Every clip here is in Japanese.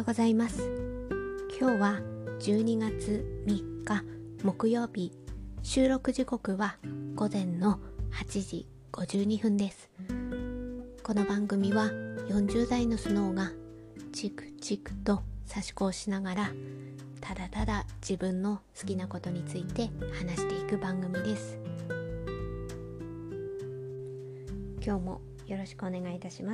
ございます。今日は12月3日木曜日、収録時刻は午前の8時52分です。この番組は40代のスノーがチクチクと差し子をしながらただただ自分の好きなことについて話していく番組です。今日もよろしくお願いいたします。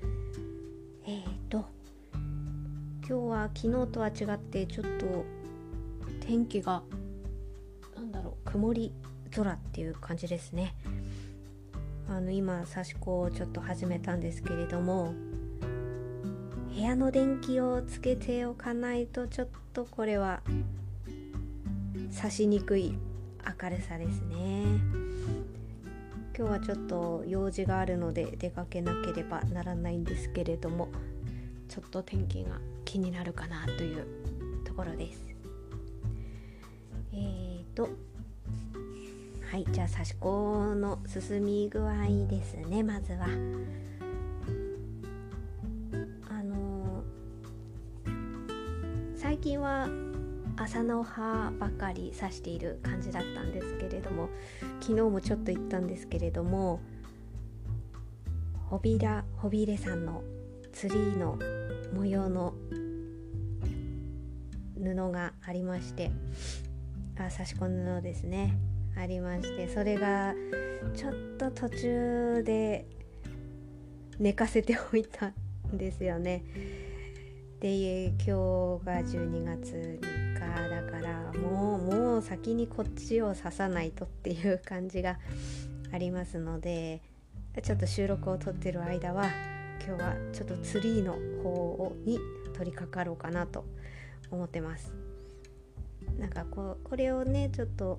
今日は昨日とは違ってちょっと天気が曇り空っていう感じですね。今差し子をちょっと始めたんですけれども、部屋の電気をつけておかないとちょっとこれは差しにくい明るさですね。今日はちょっと用事があるので出かけなければならないんですけれども、ちょっと天気が気になるかなというところです。はい、じゃあ差し子の進み具合ですね。まずは最近は朝の葉ばかり刺している感じだったんですけれども、昨日もちょっと言ったんですけれども、ホビレさんのツリーの模様の布がありまして、差し子布ですね、ありまして、それがちょっと途中で寝かせておいたんですよね。で、今日が12月3日だからもう先にこっちを刺さないとっていう感じがありますので、ちょっと収録を撮ってる間は今日はちょっとツリーの方に取り掛かろうかなと思ってます。これをね、ちょっと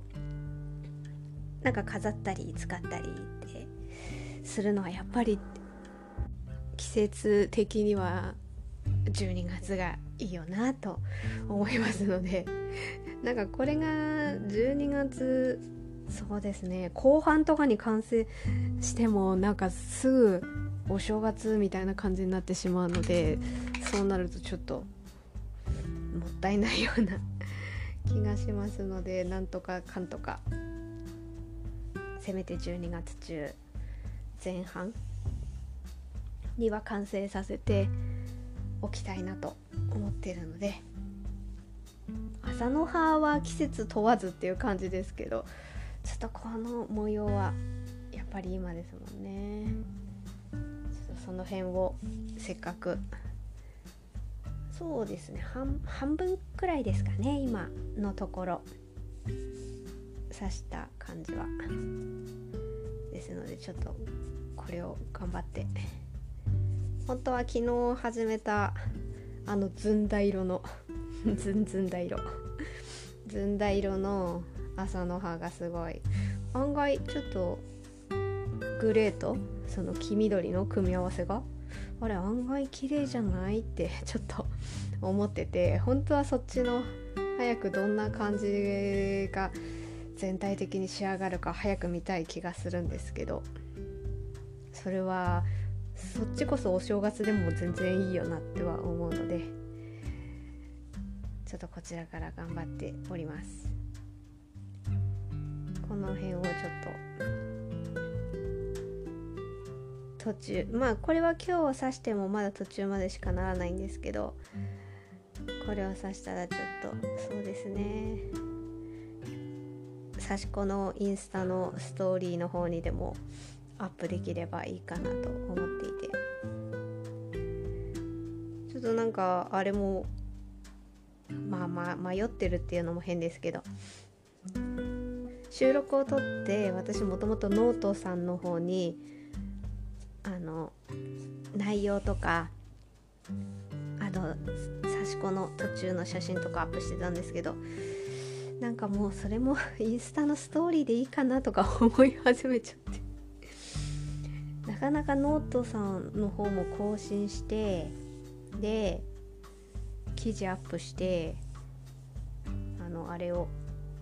飾ったり使ったりってするのはやっぱり季節的には12月がいいよなと思いますので、これが12月、そうですね、後半とかに完成してもすぐお正月みたいな感じになってしまうので、そうなるとちょっともったいないような気がしますので、なんとかかんとかせめて12月中前半には完成させておきたいなと思っているので、朝の葉は季節問わずっていう感じですけど、ちょっとこの模様はやっぱり今ですもんね。ちょっとその辺をせっかく、そうですね、半分くらいですかね、今のところ刺した感じはですので、ちょっとこれを頑張って、本当は昨日始めたずんだ色のずんだ色の朝の葉がすごい案外ちょっとグレーとその黄緑の組み合わせが案外綺麗じゃないってちょっと思ってて、本当はそっちの早くどんな感じが全体的に仕上がるか早く見たい気がするんですけど、それはそっちこそお正月でも全然いいよなっては思うので、ちょっとこちらから頑張っております。この辺をちょっと途中、これは今日刺してもまだ途中までしかならないんですけど、これを刺したらちょっとそうですね、刺し子のインスタのストーリーの方にでもアップできればいいかなと思っていて、ちょっとあれも迷ってるっていうのも変ですけど、収録を撮って私もともとノートさんの方に内容とか刺し子の途中の写真とかアップしてたんですけど、もうそれもインスタのストーリーでいいかなとか思い始めちゃって、なかなかノートさんの方も更新して、で記事アップして、あれを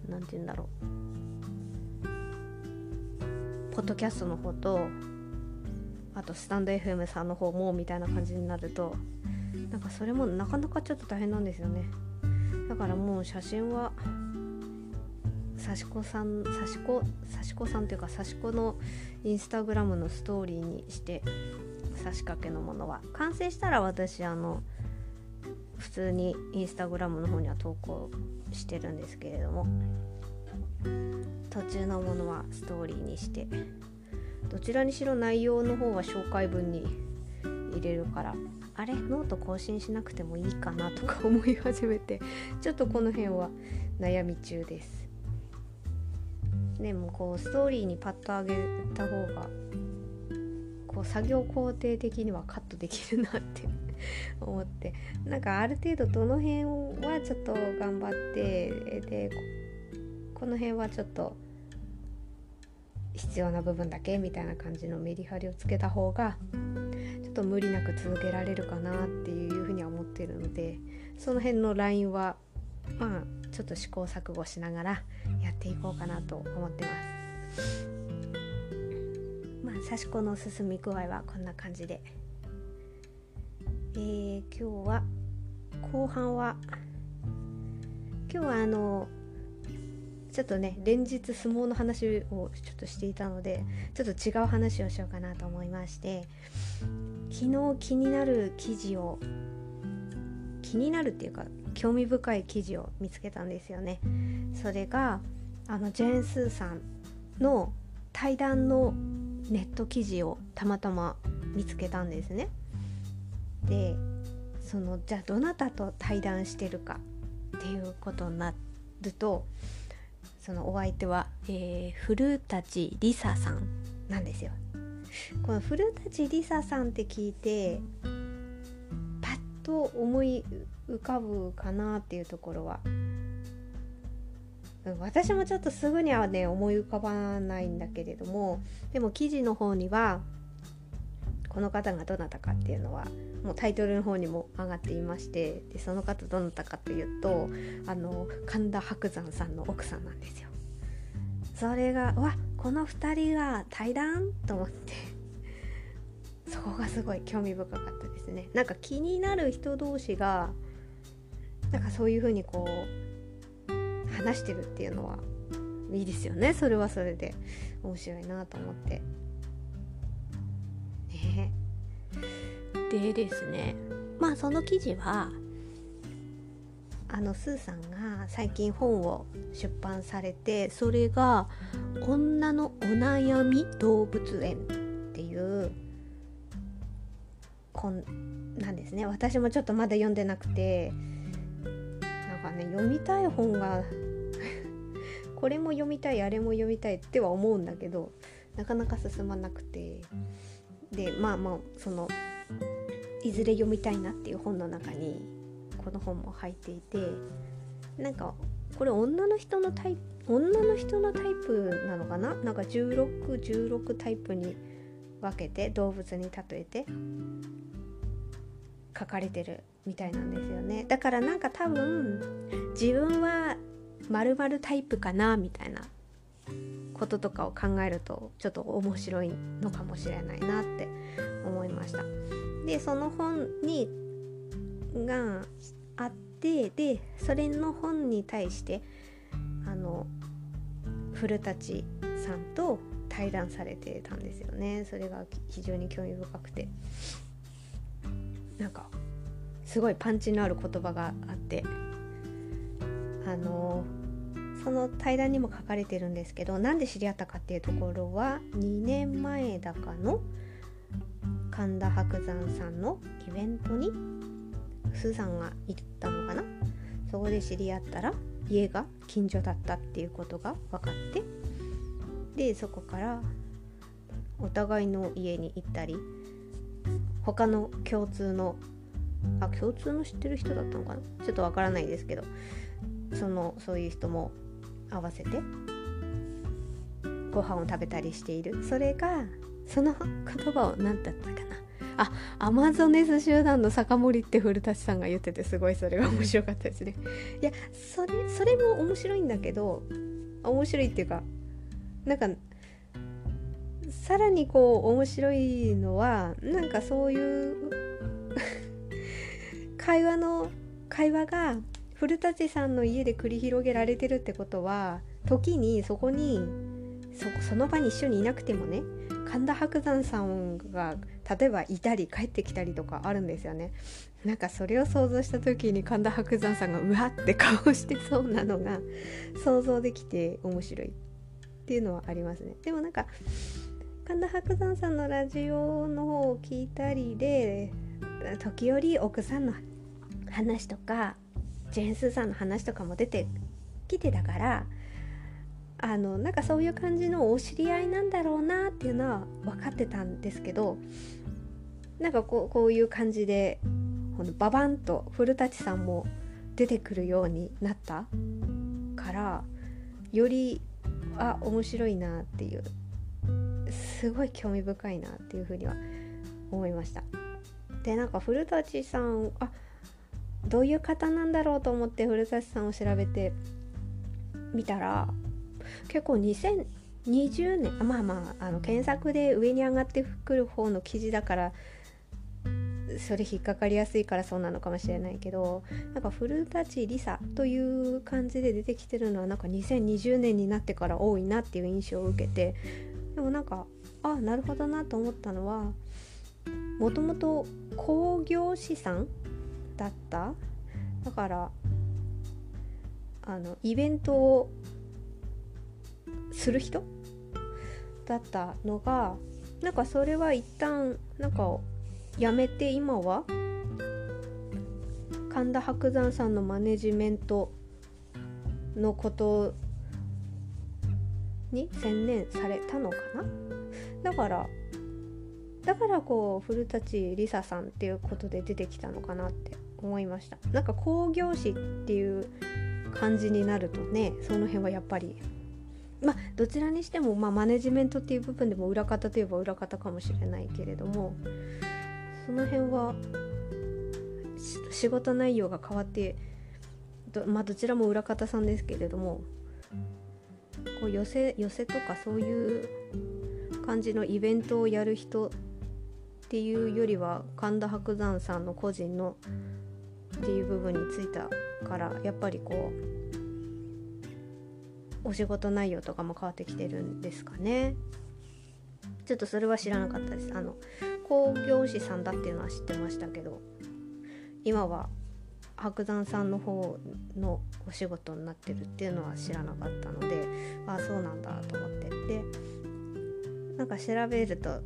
ポッドキャストの方とあとスタンド FM さんの方もみたいな感じになると、 なんかそれもなかなかちょっと大変なんですよね。だからもう写真はさしこさんというかさしこのインスタグラムのストーリーにして差し掛けのものは完成したら私普通にインスタグラムの方には投稿してるんですけれども、途中のものはストーリーにして、どちらにしろ内容の方は紹介文に入れるから、あれノート更新しなくてもいいかなとか思い始めて、ちょっとこの辺は悩み中です。でもこうストーリーにパッと上げた方がこう作業工程的にはカットできるなって思って、なんかある程度どの辺はちょっと頑張って、でこの辺はちょっと必要な部分だけみたいな感じのメリハリをつけた方がちょっと無理なく続けられるかなっていうふうには思っているので、その辺のラインはまあちょっと試行錯誤しながらやっていこうかなと思ってます。まあさしこの進み具合はこんな感じで、今日は後半はちょっとね連日相撲の話をちょっとしていたので、ちょっと違う話をしようかなと思いまして、昨日気になるっていうか興味深い記事を見つけたんですよね。それがジェーン・スーさんの対談のネット記事をたまたま見つけたんですね。でじゃあどなたと対談してるかっていうことになると、そのお相手は、古舘梨沙さんなんですよ。この古舘梨沙さんって聞いてパッと思い浮かぶかなっていうところは、私もちょっとすぐにはね思い浮かばないんだけれども、でも記事の方にはこの方がどなたかっていうのはもうタイトルの方にも上がっていまして、でその方どなたかというと神田伯山さんの奥さんなんですよ。それがこの2人が対談と思って、そこがすごい興味深かったですね。なんか気になる人同士がなんかそういう風にこう話してるっていうのはいいですよね。それはそれで面白いなと思ってね。でですね、まあその記事はスーさんが最近本を出版されて、それが女のお悩み動物園っていう本なんですね。私もちょっとまだ読んでなくて、なんかね読みたい本がこれも読みたいあれも読みたいっては思うんだけど、なかなか進まなくて、でまあいずれ読みたいなっていう本の中にこの本も入っていて、なんかこれ女の人のタイプなのかな、なんか16タイプに分けて動物に例えて書かれてるみたいなんですよね。だからなんか多分自分は〇〇タイプかなみたいなこととかを考えるとちょっと面白いのかもしれないなって思いました。でその本があって、でそれの本に対して古舘さんと対談されてたんですよね。それが非常に興味深くて、なんかすごいパンチのある言葉があって、その対談にも書かれてるんですけど、なんで知り合ったかっていうところは2年前だかの神田伯山さんのイベントにスーさんが行ったのかな。そこで知り合ったら家が近所だったっていうことが分かって、でそこからお互いの家に行ったり、他の共通の知ってる人だったのかな、ちょっと分からないですけど、そういう人も合わせてご飯を食べたりしている。それがその言葉を何だったかな、アマゾネス集団の酒盛って古舘さんが言ってて、すごいそれが面白かったですね。いやそれも面白いんだけど、面白いっていうかなんかさらにこう面白いのは、なんかそういう会話が古舘さんの家で繰り広げられてるってことは、時にそこにその場に一緒にいなくてもね、神田伯山さんが例えばいたり帰ってきたりとかあるんですよね。なんかそれを想像した時に神田伯山さんがうわって顔してそうなのが想像できて面白いっていうのはありますね。でもなんか神田伯山さんのラジオの方を聞いたりで、時折奥さんの話とかジェーンスーさんの話とかも出てきてたから、なんかそういう感じのお知り合いなんだろうなっていうのは分かってたんですけど、なんかこういう感じでババンと古舘さんも出てくるようになったから、より面白いなっていう、すごい興味深いなっていうふうには思いました。でなんか古舘さんどういう方なんだろうと思って古舘さんを調べてみたら、結構2020年検索で上に上がってくる方の記事だからそれ引っかかりやすいからそうなのかもしれないけど、なんか古舘梨沙という感じで出てきてるのはなんか2020年になってから多いなっていう印象を受けて、でもなんかなるほどなと思ったのは、もともと興行師さんだった、だからイベントをする人だったのが、なんかそれは一旦なんかやめて、今は神田伯山さんのマネジメントのことに専念されたのかな。だからこう古舘梨沙さんっていうことで出てきたのかなって思いました。なんか興行師っていう感じになるとね、その辺はやっぱりどちらにしてもマネジメントっていう部分でも裏方といえば裏方かもしれないけれども、その辺は仕事内容が変わってどちらも裏方さんですけれども、こう寄せとかそういう感じのイベントをやる人っていうよりは神田伯山さんの個人のっていう部分についたから、やっぱりこうお仕事内容とかも変わってきてるんですかね。ちょっとそれは知らなかったです。興行師さんだっていうのは知ってましたけど、今は伯山さんの方のお仕事になってるっていうのは知らなかったので、そうなんだと思って、でなんか調べると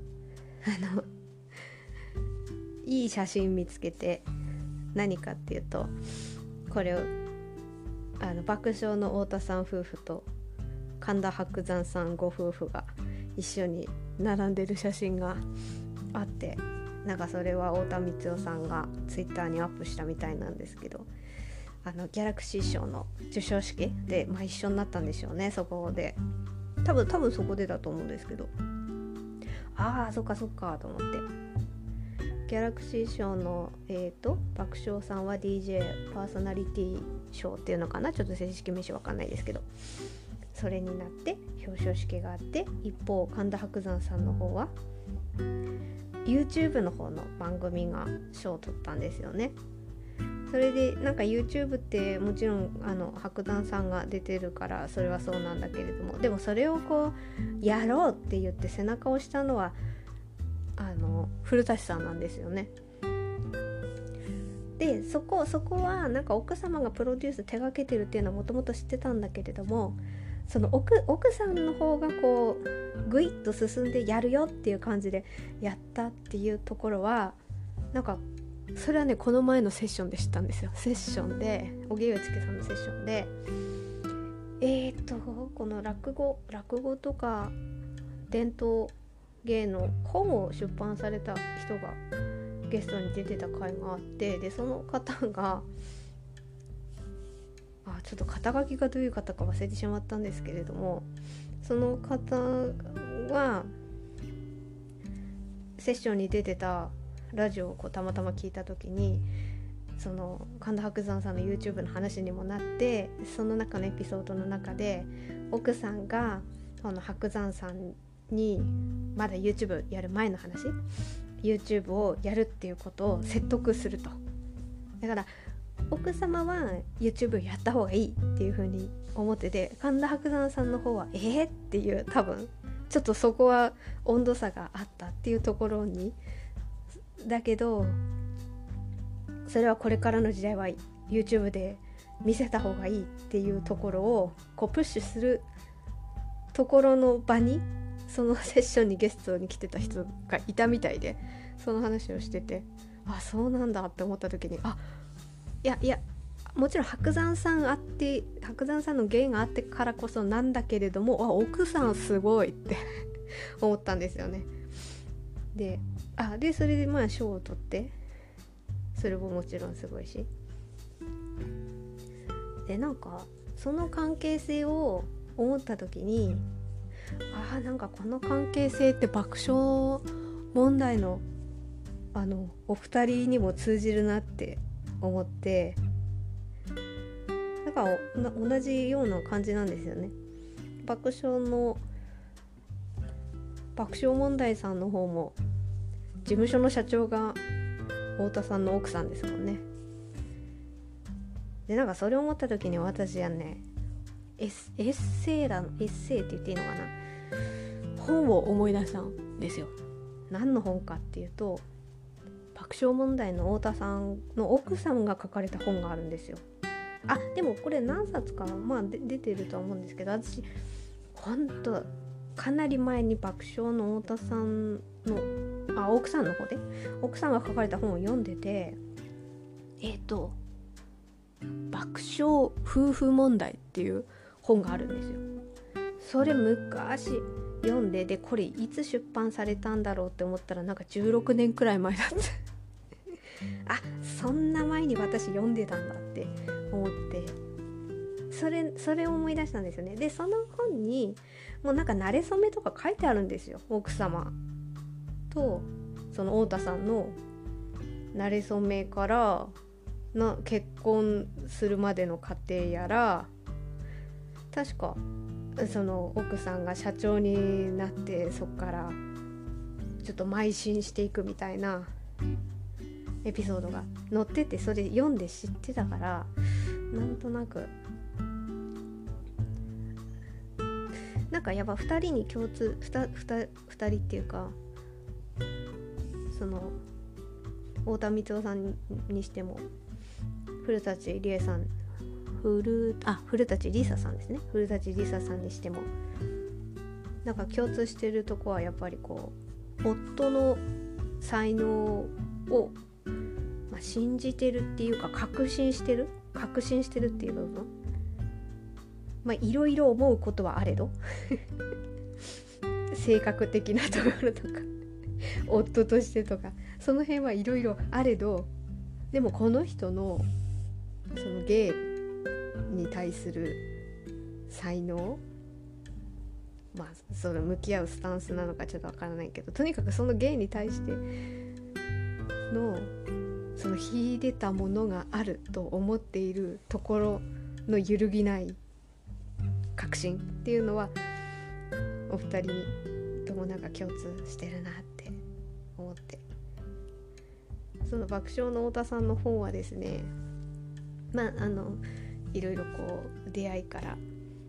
いい写真見つけて、何かっていうと、これを爆笑の太田さん夫婦と神田伯山さんご夫婦が一緒に並んでる写真があって、なんかそれは太田光代さんがツイッターにアップしたみたいなんですけど、ギャラクシー賞の授賞式で、一緒になったんでしょうね。そこで多分そこでだと思うんですけど、そっかと思って、ギャラクシー賞の爆笑さんは DJ パーソナリティ賞っていうのかな、ちょっと正式名称わかんないですけど、それになって表彰式があって、一方神田伯山さんの方は YouTube の方の番組が賞を取ったんですよね。それでなんか YouTube ってもちろん伯山さんが出てるからそれはそうなんだけれども、でもそれをこうやろうって言って背中を押したのは古舘さんなんですよね。でそこはなんか奥様がプロデュース手掛けてるっていうのはもともと知ってたんだけれども、その奥さんの方がこうグイッと進んでやるよっていう感じでやったっていうところは、なんかそれはね、この前のセッションで知ったんですよ。セッションで荻上チキさんのセッションでこの落語とか伝統芸の本を出版された人がゲストに出てた回があって、でその方がちょっと肩書きがどういう方か忘れてしまったんですけれども、その方がセッションに出てたラジオをこうたまたま聞いた時に、その神田伯山さんの YouTube の話にもなって、その中のエピソードの中で奥さんがこの伯山さんにまだ YouTube やる前の話、 YouTube をやるっていうことを説得すると。 だから奥様は YouTube やった方がいいっていう風に思ってて、神田伯山さんの方はっていう、多分ちょっとそこは温度差があったっていうところに、だけどそれはこれからの時代は YouTube で見せた方がいいっていうところをこうプッシュするところの場に、そのセッションにゲストに来てた人がいたみたいで、その話をしてて、あ、そうなんだって思った時に、いやもちろん伯山さんの芸があってからこそなんだけれども、奥さんすごいって思ったんですよね。でそれで賞を取って、それももちろんすごいし、でなんかその関係性を思った時に、なんかこの関係性って爆笑問題のお二人にも通じるなって思って、だから同じような感じなんですよね。爆笑問題さんの方も事務所の社長が太田さんの奥さんですもんね。でなんかそれを思った時に、私はねエッセイって言っていいのかな、本を思い出したんですよ。何の本かっていうと、爆笑問題の太田さんの奥さんが書かれた本があるんですよ。でもこれ何冊か出てるとは思うんですけど、私本当かなり前に爆笑の太田さんの奥さんの方で奥さんが書かれた本を読んでて、爆笑夫婦問題っていう本があるんですよ。それ昔読んで、これいつ出版されたんだろうって思ったら、なんか16年くらい前だったそんな前に私読んでたんだって思って、それを思い出したんですよね。でその本にもうなんか馴れ初めとか書いてあるんですよ。奥様とその太田さんの馴れ初めから結婚するまでの過程やら、確かその奥さんが社長になって、そこからちょっと邁進していくみたいなエピソードが載ってて、それ読んで知ってたから、なんとなくなんかやっぱ2人に共通 2人っていうか、その太田光雄さんにしても古舘理恵さん古舘梨沙さんですね。古舘梨沙さんにしてもなんか共通してるとこはやっぱりこう夫の才能を、信じてるっていうか確信してるっていう部分、いろいろ思うことはあれど性格的なところとか夫としてとか、その辺はいろいろあれど、でもこの人のその芸に対する才能、その向き合うスタンスなのかちょっとわからないけど、とにかくその芸に対してのその秀でたものがあると思っているところの揺るぎない確信っていうのはお二人にともなんか共通してるなって思って、その爆笑の太田さんの本はですね、いろいろこう出会いから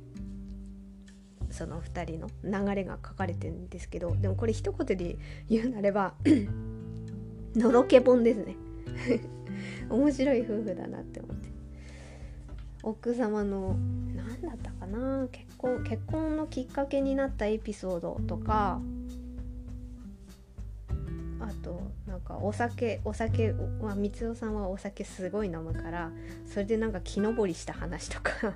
その2人の流れが書かれてるんですけど、でもこれ一言で言うなればのろけ本ですね面白い夫婦だなって思って、奥様の何だったかな、結婚のきっかけになったエピソードとか、あとなんかお酒は光代さんはお酒すごい飲むから、それでなんか木登りした話とか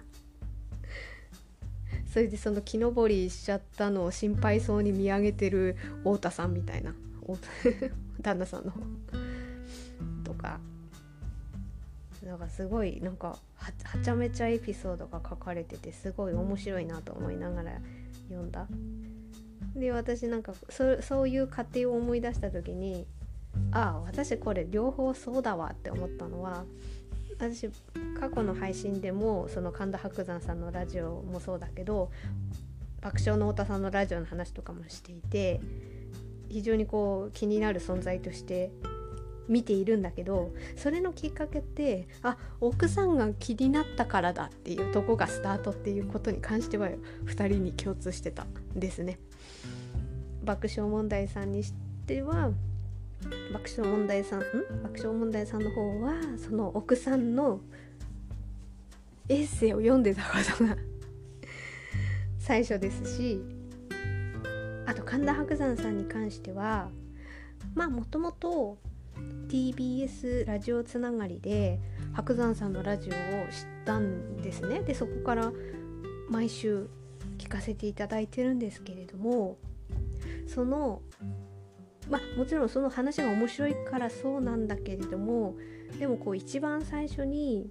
それでその木登りしちゃったのを心配そうに見上げてる太田さんみたいな旦那さんの方とか、なんかすごいなんかはちゃめちゃエピソードが書かれてて、すごい面白いなと思いながら読んだ。で私なんかそういう過程を思い出した時に、私これ両方そうだわって思ったのは、私過去の配信でもその神田伯山さんのラジオもそうだけど、爆笑の太田さんのラジオの話とかもしていて、非常にこう気になる存在として見ているんだけど、それのきっかけって奥さんが気になったからだっていうとこがスタートっていうことに関しては2人に共通してたんですね。爆笑問題さんにしては爆笑問題さんの方はその奥さんのエッセイを読んでたことが最初ですし、あと神田伯山さんに関してはもともとTBS ラジオつながりで伯山さんのラジオを知ったんですね。でそこから毎週聞かせていただいてるんですけれども、そのもちろんその話が面白いからそうなんだけれども、でも一番最初に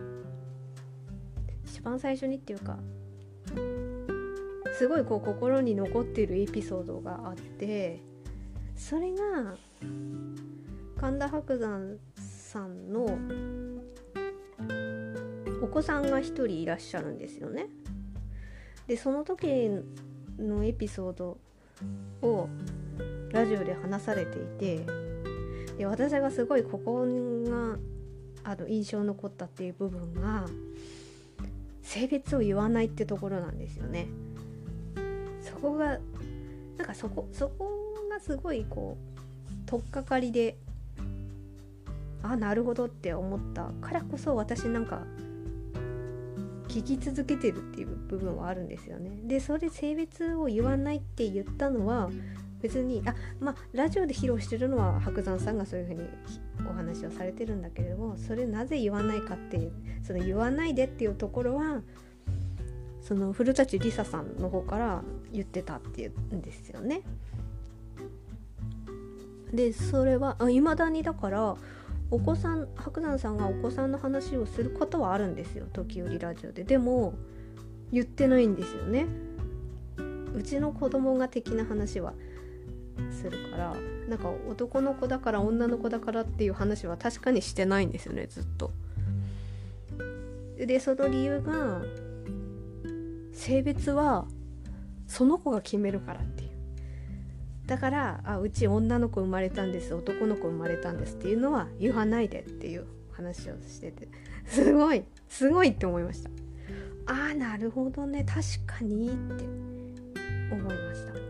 っていうかすごい心に残っているエピソードがあって、それが神田伯山さんのお子さんが一人いらっしゃるんですよね。でその時のエピソードをラジオで話されていて、で私がすごいここが印象に残ったっていう部分が性別を言わないってところなんですよね。そこがそこがすごい取っかかりでなるほどって思ったからこそ、私聞き続けてるっていう部分はあるんですよね。でそれ性別を言わないって言ったのは別にラジオで披露してるのは伯山さんがそういうふうにお話をされてるんだけれども、それなぜ言わないかっていう、その言わないでっていうところはその古舘梨沙さんの方から言ってたっていうんですよね。でそれは未だにだから伯山さんがお子さんの話をすることはあるんですよ、時折ラジオで。でも言ってないんですよね。うちの子供が的な話はするから、男の子だから女の子だからっていう話は確かにしてないんですよね、ずっと。でその理由が性別はその子が決めるからっていう。だからうち女の子生まれたんです、男の子生まれたんですっていうのは言わないでっていう話をしてて、すごいって思いました。なるほどね、確かにって思い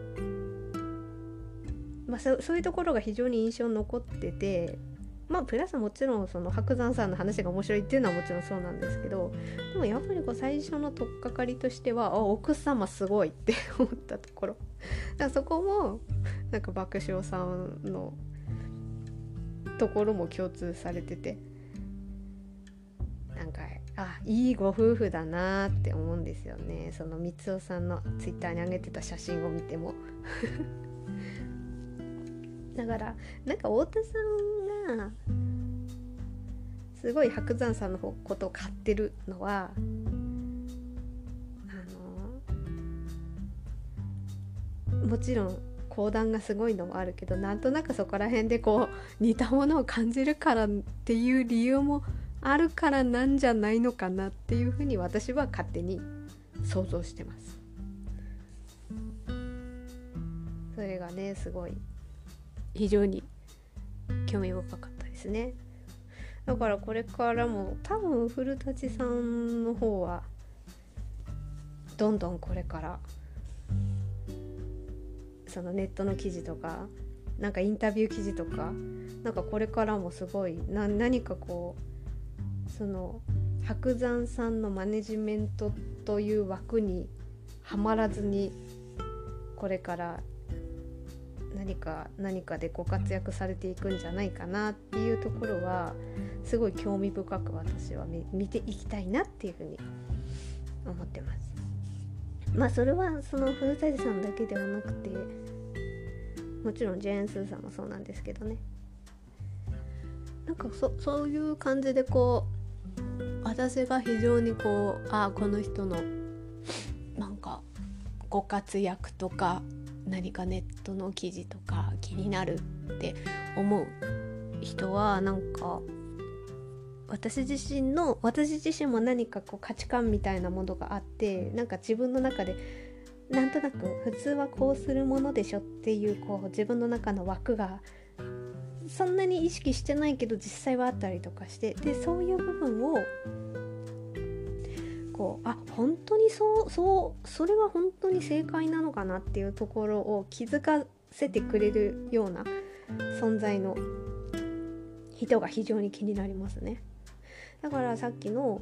ました。そういうところが非常に印象に残ってて、プラスもちろんその伯山さんの話が面白いっていうのはもちろんそうなんですけど、でもやっぱり最初の取っかかりとしては奥様すごいって思ったところだから、そこも爆笑さんのところも共通されてて、いいご夫婦だなって思うんですよね。その光雄さんのツイッターに上げてた写真を見てもだから太田さんがすごい伯山さんのことを買ってるのはもちろん講談がすごいのもあるけど、なんとなくそこら辺で似たものを感じるからっていう理由もあるからなんじゃないのかなっていうふうに私は勝手に想像してます。それがねすごい非常に興味深かったですね。だからこれからも多分古舘さんの方はどんどんこれからそのネットの記事とかインタビュー記事とかこれからもすごい何かその伯山さんのマネジメントという枠にはまらずにこれから何かでご活躍されていくんじゃないかなっていうところはすごい興味深く私は見ていきたいなっていうふうに思ってます。それはその古舘さんだけではなくて、もちろんジェーン・スーさんもそうなんですけどね、そういう感じで私が非常にこの人のご活躍とか何かネットの記事とか気になるって思う人は私自身も何か価値観みたいなものがあって、自分の中でなんとなく普通はこうするものでしょっていう自分の中の枠がそんなに意識してないけど実際はあったりとかして、でそういう部分をこう本当にそれは本当に正解なのかなっていうところを気づかせてくれるような存在の人が非常に気になりますね。だからさっきの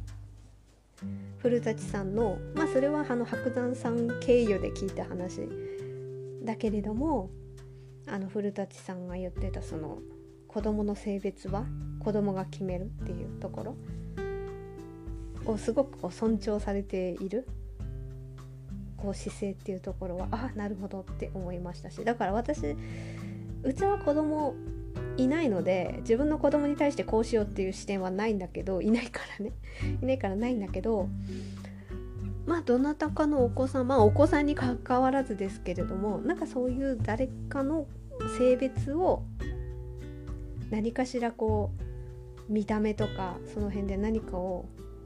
古舘さんのそれは白山さん経由で聞いた話だけれども、古舘さんが言ってたその子供の性別は子供が決めるっていうところをすごくこう尊重されているこう姿勢っていうところはなるほどって思いましたし、だからうちは子供いないので自分の子供に対してこうしようっていう視点はないんだけど、いないからないんだけど、どなたかのお子さん、お子さんに関わらずですけれども、なんかそういう誰かの性別を何かしらこう見た目とかその辺で何かを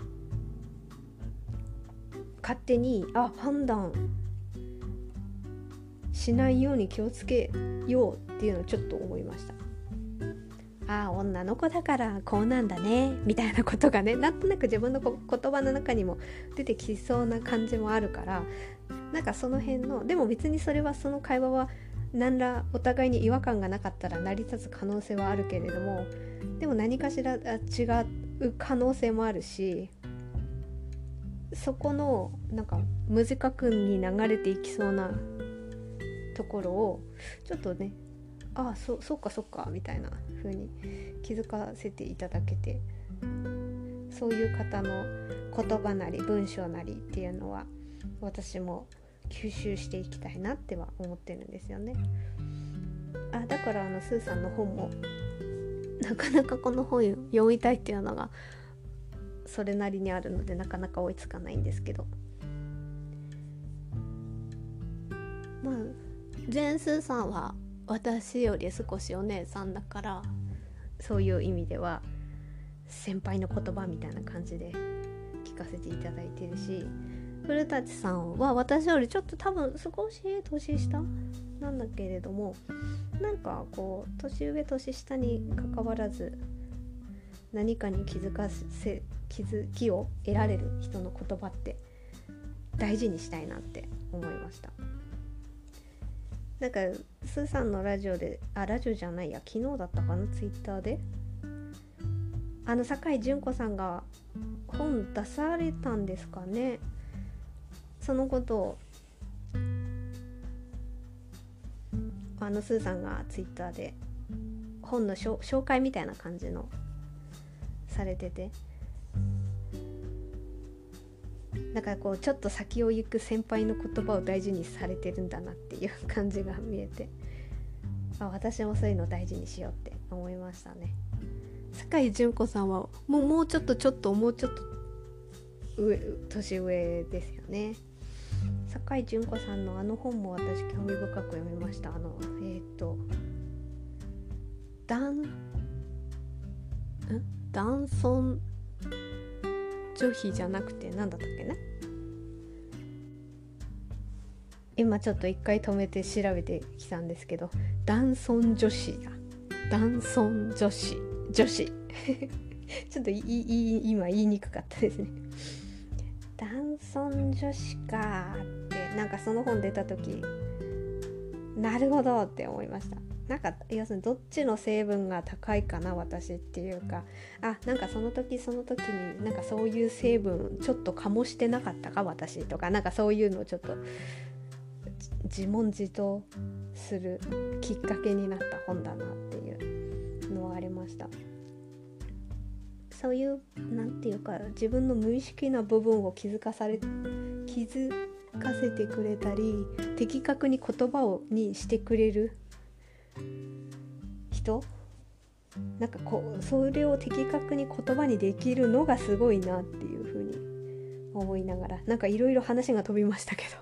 勝手に判断しないように気をつけようっていうのをちょっと思いました。女の子だからこうなんだねみたいなことがね、なんとなく自分の言葉の中にも出てきそうな感じもあるから、なんかその辺のでも別にそれはその会話は何らお互いに違和感がなかったら成り立つ可能性はあるけれども、でも何かしら違う可能性もあるし、そこのなんか無自覚に流れていきそうなところをちょっとね、そっかみたいな風に気づかせていただけて、そういう方の言葉なり文章なりっていうのは私も吸収していきたいなっては思ってるんですよね。だからスーさんの本もなかなかこの本読みたいっていうのがそれなりにあるのでなかなか追いつかないんですけど、ジェーン・スーさんは私より少しお姉さんだから、そういう意味では先輩の言葉みたいな感じで聞かせていただいてるし、古舘さんは私よりちょっと多分少し年下なんだけれども、なんかこう年上年下に関わらず何かに気づきを得られる人の言葉って大事にしたいなって思いました。なんかスーさんのラジオでラジオじゃないや昨日だったかな、ツイッターで酒井純子さんが本出されたんですかね。そのことをスーさんがツイッターで本の紹介みたいな感じのされてて、なんかこうちょっと先を行く先輩の言葉を大事にされてるんだなっていう感じが見えて、私もそういうの大事にしようって思いましたね。酒井純子さんはもうちょっと年上ですよね。酒井純子さんの本も私興味深く読みました。男尊女卑じゃなくて何だったっけな、今ちょっと一回止めて調べてきたんですけど、男尊女子ちょっと今言いにくかったですね。男尊女子かってなんかその本出た時なるほどって思いました。なんか要するにどっちの成分が高いかな私っていうか、なんかその時になんかそういう成分ちょっと醸してなかったか私とか、なんかそういうのをちょっと自問自答するきっかけになった本だなっていうのはありました。そういうなんていうか自分の無意識な部分を気づかせてくれたり、的確に言葉にしてくれる人、なんかそれを的確に言葉にできるのがすごいなっていうふうに思いながら、なんかいろいろ話が飛びましたけ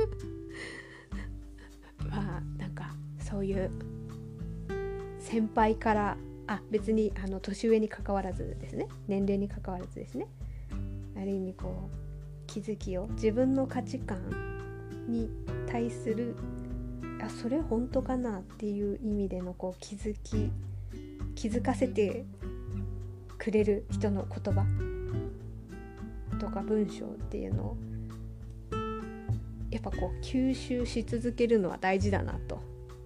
どなんかそういう先輩から別に年上に関わらずですね、年齢に関わらずですね、ある意味こう気づきを自分の価値観に対するそれ本当かなっていう意味でのこう気づかせてくれる人の言葉とか文章っていうのをやっぱこう吸収し続けるのは大事だなと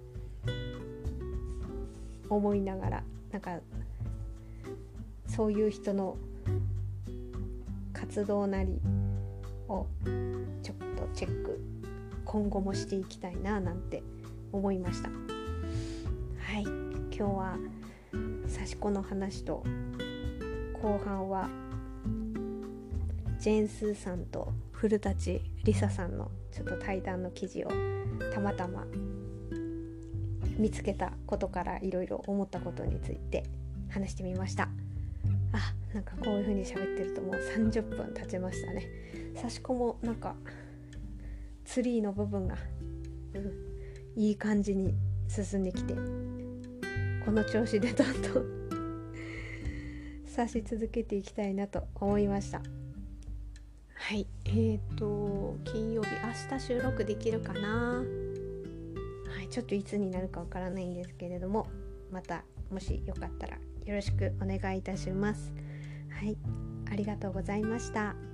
思いながら、なんかそういう人の活動なりをちょっとチェック今後もしていきたいななんて思いました。はい、今日は刺し子の話と後半はジェーンスーさんと古舘梨沙さんのちょっと対談の記事をたまたま見つけたことからいろいろ思ったことについて話してみました。なんかこういう風に喋ってるともう30分経ちましたね。刺し子もなんかツリーの部分が、いい感じに進んできて、この調子でどんどん刺し続けていきたいなと思いました。はい、金曜日明日収録できるかな。はい、ちょっといつになるかわからないんですけれども、またもしよかったらよろしくお願いいたします。はい、ありがとうございました。